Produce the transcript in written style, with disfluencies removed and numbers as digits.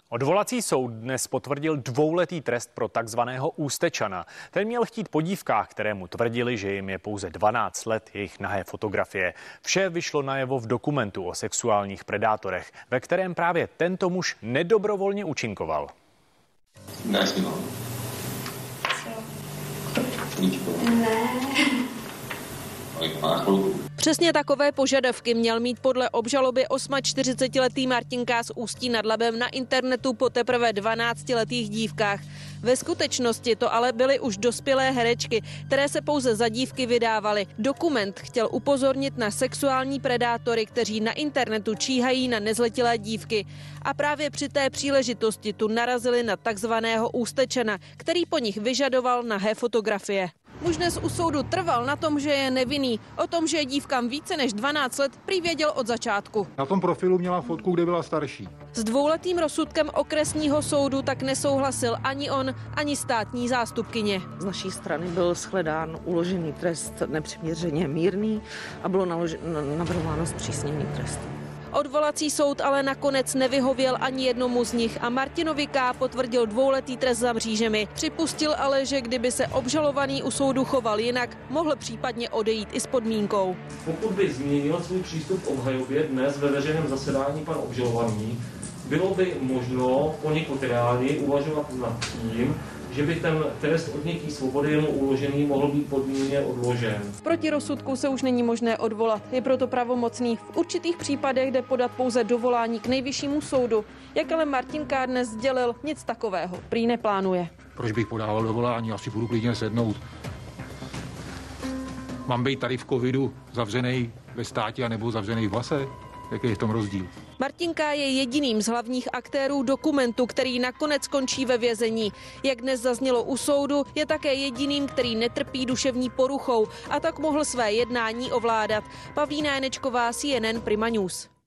Odvolací soud dnes potvrdil dvouletý trest pro takzvaného Ústečana. Ten měl chtít po dívkách, které mu tvrdili, že jim je pouze 12 let, jejich nahé fotografie. Vše vyšlo najevo v dokumentu o sexuálních predátorech, ve kterém právě tento muž nedobrovolně účinkoval. Přesně takové požadavky měl mít podle obžaloby 48letý Martin K. z Ústí nad Labem na internetu po teprve 12letých dívkách. Ve skutečnosti to ale byly už dospělé herečky, které se pouze za dívky vydávaly. Dokument chtěl upozornit na sexuální predátory, kteří na internetu číhají na nezletilé dívky. A právě při té příležitosti tu narazili na takzvaného Ústečana, který po nich vyžadoval nahé fotografie. Muž dnes u soudu trval na tom, že je nevinný. O tom, že je dívkám více než 12 let, prý věděl od začátku. Na tom profilu měla fotku, kde byla starší. S dvouletým rozsudkem okresního soudu tak nesouhlasil ani on, ani státní zástupkyně. Z naší strany byl shledán uložený trest nepřiměřeně mírný a bylo navrhováno zpřísnění trestu. Odvolací soud ale nakonec nevyhověl ani jednomu z nich a Martinovi K. potvrdil dvouletý trest za mřížemi. Připustil ale, že kdyby se obžalovaný u soudu choval jinak, mohl případně odejít i s podmínkou. Pokud by změnil svůj přístup k obhajobě dnes ve veřejném zasedání pan obžalovaný, bylo by možno poněkud reálně uvažovat nad tím, že by ten trest odnětí svobody jemu uložený mohl být podmíněně odložen. Proti rozsudku se už není možné odvolat. Je proto pravomocný. V určitých případech jde podat pouze dovolání k nejvyššímu soudu. Jak ale Martin K. dnes sdělil, nic takového prý neplánuje. Proč bych podával dovolání? Asi budu klidně sednout. Mám být tady v covidu zavřenej ve státě anebo zavřenej v base? Jaký je v tom rozdíl? Martin K. je jediným z hlavních aktérů dokumentu, který nakonec končí ve vězení. Jak dnes zaznělo u soudu, je také jediným, který netrpí duševní poruchou a tak mohl své jednání ovládat. Pavlína Janečková, CNN Prima News.